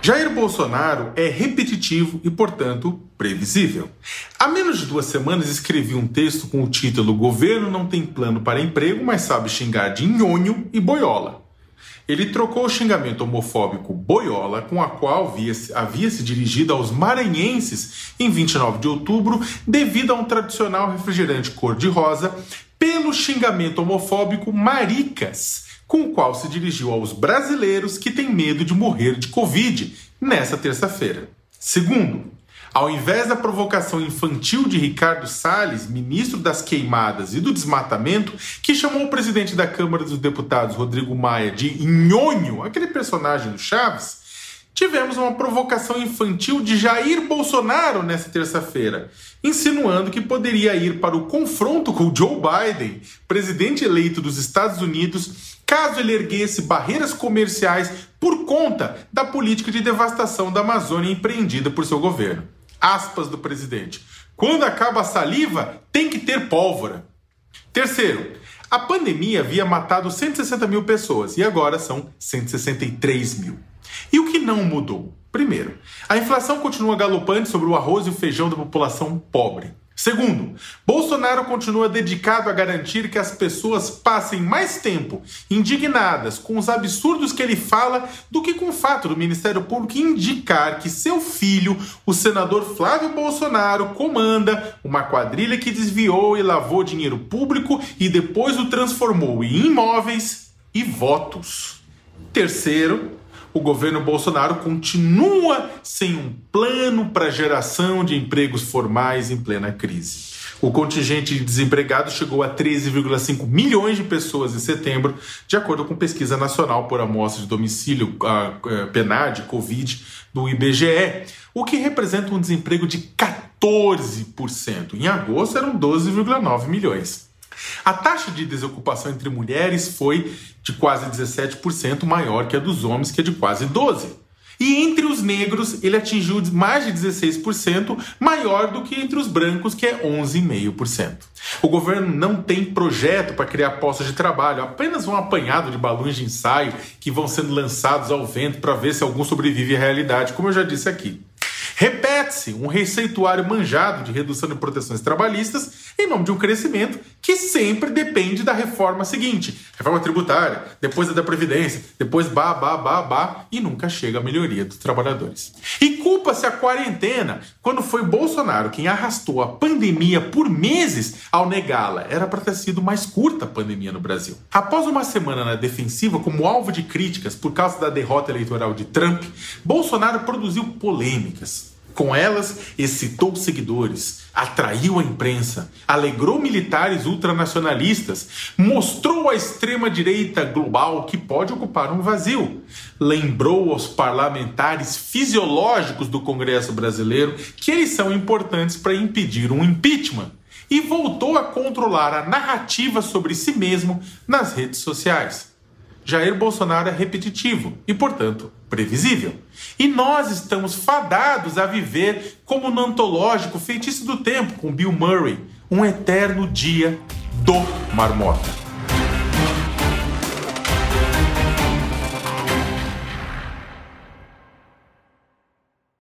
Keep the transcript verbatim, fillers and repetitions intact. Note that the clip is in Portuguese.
Jair Bolsonaro é repetitivo e, portanto, previsível. Há menos de duas semanas escrevi um texto com o título "Governo não tem plano para emprego, mas sabe xingar de nhonho e boiola". Ele trocou o xingamento homofóbico boiola, com a qual havia, havia se dirigido aos maranhenses em vinte e nove de outubro, devido a um tradicional refrigerante cor-de-rosa, pelo xingamento homofóbico maricas, com o qual se dirigiu aos brasileiros que têm medo de morrer de Covid nesta terça-feira. Segundo, ao invés da provocação infantil de Ricardo Salles, ministro das queimadas e do desmatamento, que chamou o presidente da Câmara dos Deputados, Rodrigo Maia, de nhonho, aquele personagem do Chaves, tivemos uma provocação infantil de Jair Bolsonaro nesta terça-feira, insinuando que poderia ir para o confronto com Joe Biden, presidente eleito dos Estados Unidos, caso ele erguesse barreiras comerciais por conta da política de devastação da Amazônia empreendida por seu governo. Aspas do presidente: "Quando acaba a saliva, tem que ter pólvora". Terceiro, a pandemia havia matado cento e sessenta mil pessoas e agora são cento e sessenta e três mil. E o que não mudou? Primeiro, a inflação continua galopante sobre o arroz e o feijão da população pobre. Segundo, Bolsonaro continua dedicado a garantir que as pessoas passem mais tempo indignadas com os absurdos que ele fala do que com o fato do Ministério Público indicar que seu filho, o senador Flávio Bolsonaro, comanda uma quadrilha que desviou e lavou dinheiro público e depois o transformou em imóveis e votos. Terceiro, o governo Bolsonaro continua sem um plano para geração de empregos formais em plena crise. O contingente de desempregados chegou a treze vírgula cinco milhões de pessoas em setembro, de acordo com pesquisa nacional por amostra de domicílio, a PNAD, Covid, do I B G E, o que representa um desemprego de quatorze por cento. Em agosto eram doze vírgula nove milhões. A taxa de desocupação entre mulheres foi de quase dezessete por cento, maior que a dos homens, que é de quase doze por cento. E entre os negros, ele atingiu mais de dezesseis por cento, maior do que entre os brancos, que é onze vírgula cinco por cento. O governo não tem projeto para criar postos de trabalho, apenas um apanhado de balões de ensaio que vão sendo lançados ao vento para ver se algum sobrevive à realidade, como eu já disse aqui. Repete-se um receituário manjado de redução de proteções trabalhistas em nome de um crescimento que sempre depende da reforma seguinte. Reforma tributária, depois a da Previdência, depois bá, bá, bá, bá, e nunca chega a melhoria dos trabalhadores. E culpa-se a quarentena quando foi Bolsonaro quem arrastou a pandemia por meses ao negá-la. Era para ter sido mais curta a pandemia no Brasil. Após uma semana na defensiva como alvo de críticas por causa da derrota eleitoral de Trump, Bolsonaro produziu polêmicas. Com elas, excitou seguidores, atraiu a imprensa, alegrou militares ultranacionalistas, mostrou à extrema-direita global que pode ocupar um vazio, lembrou aos parlamentares fisiológicos do Congresso brasileiro que eles são importantes para impedir um impeachment e voltou a controlar a narrativa sobre si mesmo nas redes sociais. Jair Bolsonaro é repetitivo e, portanto, previsível. E nós estamos fadados a viver como no antológico Feitiço do Tempo, com Bill Murray, um eterno dia do Marmota.